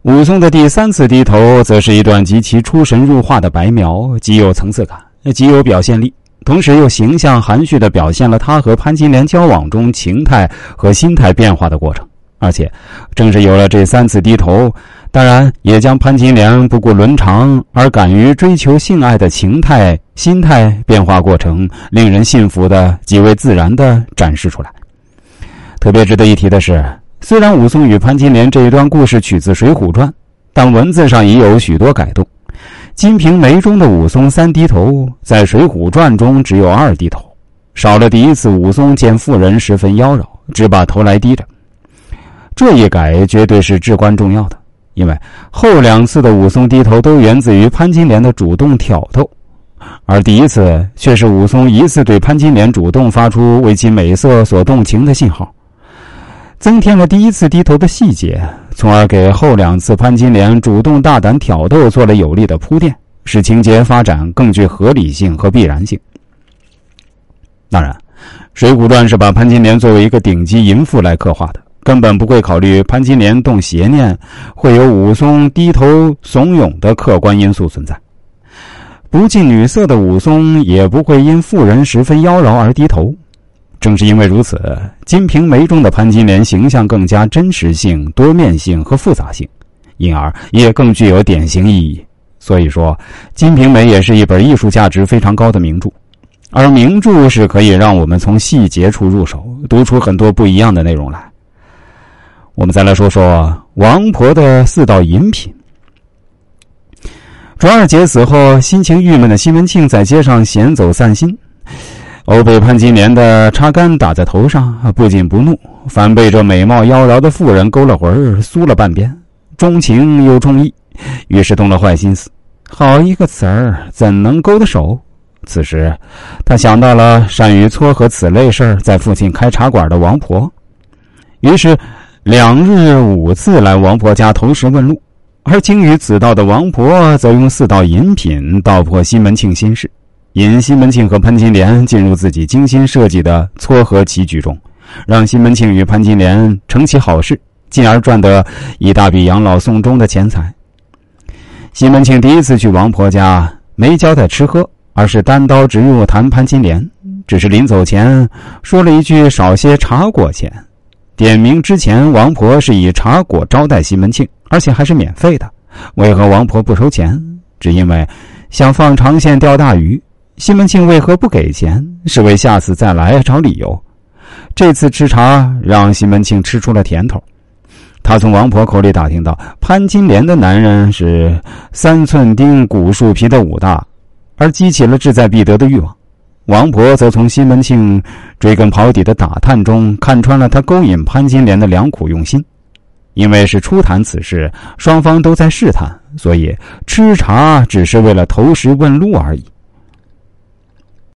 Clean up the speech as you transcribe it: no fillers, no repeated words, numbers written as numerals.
武松的第三次低头则是一段极其出神入化的白描，极有层次感，极有表现力，同时又形象含蓄地表现了他和潘金莲交往中情态和心态变化的过程。而且正是有了这三次低头，当然也将潘金莲不顾伦常而敢于追求性爱的情态心态变化过程令人信服的极为自然地展示出来。特别值得一提的是，虽然武松与潘金莲这一段故事取自《水浒传》，但文字上已有许多改动。《金瓶梅》中的武松3低头，在《水浒传》中只有2低头，少了第一次武松见妇人十分妖娆，只把头来低着。这一改绝对是至关重要的，因为后2次的武松低头都源自于潘金莲的主动挑逗，而第一次却是武松疑似对潘金莲主动发出为其美色所动情的信号，增添了第一次低头的细节，从而给后2次潘金莲主动大胆挑逗做了有力的铺垫，使情节发展更具合理性和必然性。当然，《水浒传》是把潘金莲作为一个顶级淫妇来刻画的，根本不会考虑潘金莲动邪念会有武松低头怂恿的客观因素存在。不近女色的武松也不会因妇人十分妖娆而低头。正是因为如此，《金瓶梅》中的潘金莲形象更加真实性、多面性和复杂性，因而也更具有典型意义。所以说，《金瓶梅》也是一本艺术价值非常高的名著。而名著是可以让我们从细节处入手，读出很多不一样的内容来。我们再来说说王婆的4道饮品。卓二姐死后，心情郁闷的西门庆在街上闲走散心，偶被潘金莲的插杆打在头上，不仅不怒，反被这美貌妖娆的妇人勾了魂，酥了半边，钟情又中意，于是动了坏心思。好一个词儿，怎能勾得手？此时他想到了善于撮合此类事儿在附近开茶馆的王婆，于是2日5次来王婆家投石问路，而精于此道的王婆则用4道饮品道破西门庆心事，引西门庆和潘金莲进入自己精心设计的撮合棋局中，让西门庆与潘金莲成其好事，进而赚得一大笔养老送终的钱财。西门庆第一次去王婆家没交代吃喝，而是单刀直入谈潘金莲，只是临走前说了一句少些茶果钱，点名之前王婆是以茶果招待西门庆，而且还是免费的，为何王婆不收钱？只因为想放长线钓大鱼。西门庆为何不给钱？是为下次再来找理由。这次吃茶让西门庆吃出了甜头，他从王婆口里打听到潘金莲的男人是3寸丁骨树皮的武大，而激起了志在必得的欲望。王婆则从西门庆追根刨底的打探中看穿了他勾引潘金莲的良苦用心。因为是初谈此事，双方都在试探，所以吃茶只是为了投石问路而已。